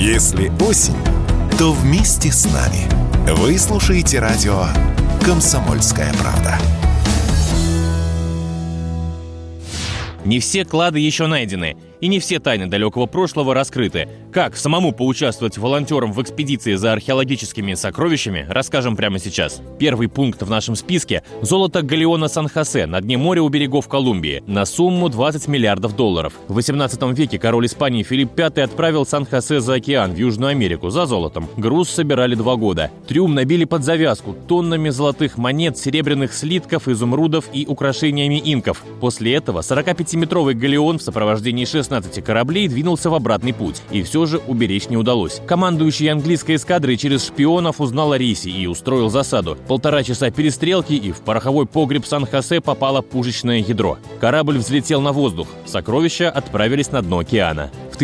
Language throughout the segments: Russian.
Если осень, то вместе с нами. Вы слушаете радио «Комсомольская правда». Не все клады еще найдены, и не все тайны далекого прошлого раскрыты. Как самому поучаствовать волонтером в экспедиции за археологическими сокровищами, расскажем прямо сейчас. Первый пункт в нашем списке – золото галеона Сан-Хосе на дне моря у берегов Колумбии на сумму $20 миллиардов. В XVIII веке король Испании Филипп V отправил Сан-Хосе за океан в Южную Америку за золотом. Груз собирали 2 года. Трюм набили под завязку тоннами золотых монет, серебряных слитков, изумрудов и украшениями инков. После этого 45-метровый галеон в сопровождении 16 кораблей двинулся в обратный путь. И все же уберечь не удалось. Командующий английской эскадрой через шпионов узнал о рейсе и устроил засаду. 1,5 часа перестрелки, и в пороховой погреб Сан-Хосе попало пушечное ядро. Корабль взлетел на воздух. Сокровища отправились на дно океана. В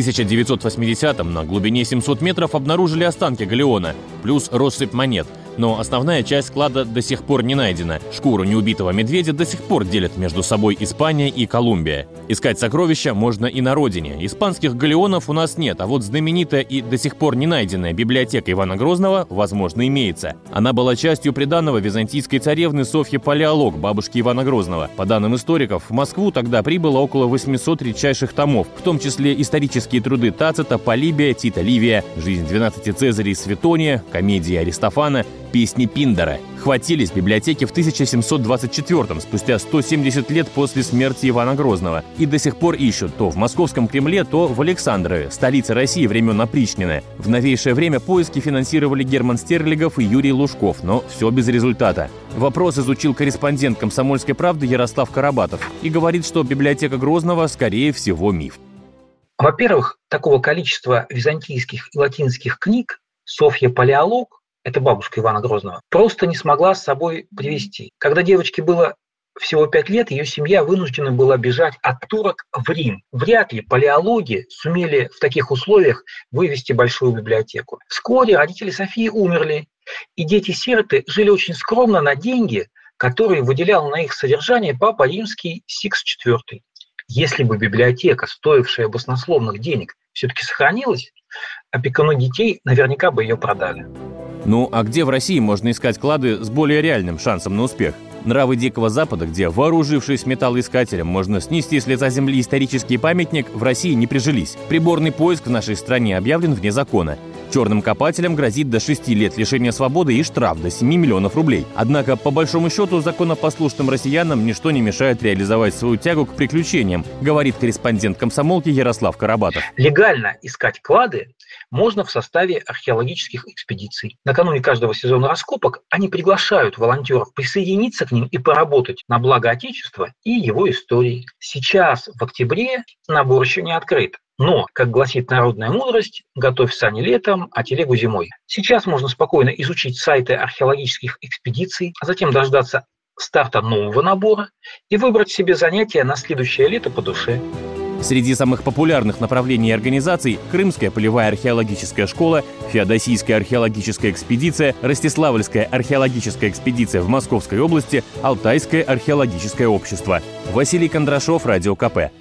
1980-м на глубине 700 метров обнаружили останки галеона, плюс россыпь монет. Но основная часть клада до сих пор не найдена. Шкуру неубитого медведя до сих пор делят между собой Испания и Колумбия. Искать сокровища можно и на родине. Испанских галеонов у нас нет, а вот знаменитая и до сих пор не найденная библиотека Ивана Грозного, возможно, имеется. Она была частью приданого византийской царевны Софьи Палеолог, бабушки Ивана Грозного. По данным историков, в Москву тогда прибыло около 800 редчайших томов, в том числе исторические труды Тацита, Полибия, Тита Ливия, «Жизнь 12 Цезарей» Светония, комедии Аристофана, песни Пиндара. Хватились библиотеки в 1724-м, спустя 170 лет после смерти Ивана Грозного. И до сих пор ищут то в Московском Кремле, то в Александрове, столице России времен Опричнины. В новейшее время поиски финансировали Герман Стерлигов и Юрий Лужков, но все без результата. Вопрос изучил корреспондент «Комсомольской правды» Ярослав Карабатов и говорит, что библиотека Грозного, скорее всего, миф. Во-первых, такого количества византийских и латинских книг Софья Палеолог, это бабушка Ивана Грозного, просто не смогла с собой привезти. Когда девочке было всего 5 лет, ее семья вынуждена была бежать от турок в Рим. Вряд ли палеологи сумели в таких условиях вывести большую библиотеку. Вскоре родители Софии умерли, и дети-сироты жили очень скромно на деньги, которые выделял на их содержание папа римский Сикс IV. Если бы библиотека, стоившая баснословных денег, все-таки сохранилась, опекуны детей наверняка бы ее продали. Ну, а где в России можно искать клады с более реальным шансом на успех? Нравы Дикого Запада, где, вооружившись металлоискателем, можно снести с лица земли исторический памятник, в России не прижились. Приборный поиск в нашей стране объявлен вне закона. Черным копателям грозит до 6 лет лишения свободы и штраф до 7 миллионов рублей. Однако, по большому счету, законопослушным россиянам ничто не мешает реализовать свою тягу к приключениям, говорит корреспондент «Комсомолки» Ярослав Карабатов. Легально искать клады можно в составе археологических экспедиций. Накануне каждого сезона раскопок они приглашают волонтеров присоединиться к ним и поработать на благо Отечества и его истории. Сейчас, в октябре, набор еще не открыт. Но, как гласит народная мудрость, готовь сани летом, а телегу зимой. Сейчас можно спокойно изучить сайты археологических экспедиций, а затем дождаться старта нового набора и выбрать себе занятия на следующее лето по душе. Среди самых популярных направлений и организаций – Крымская полевая археологическая школа, Феодосийская археологическая экспедиция, Ростиславльская археологическая экспедиция в Московской области, Алтайское археологическое общество. Василий Кондрашов, Радио КП.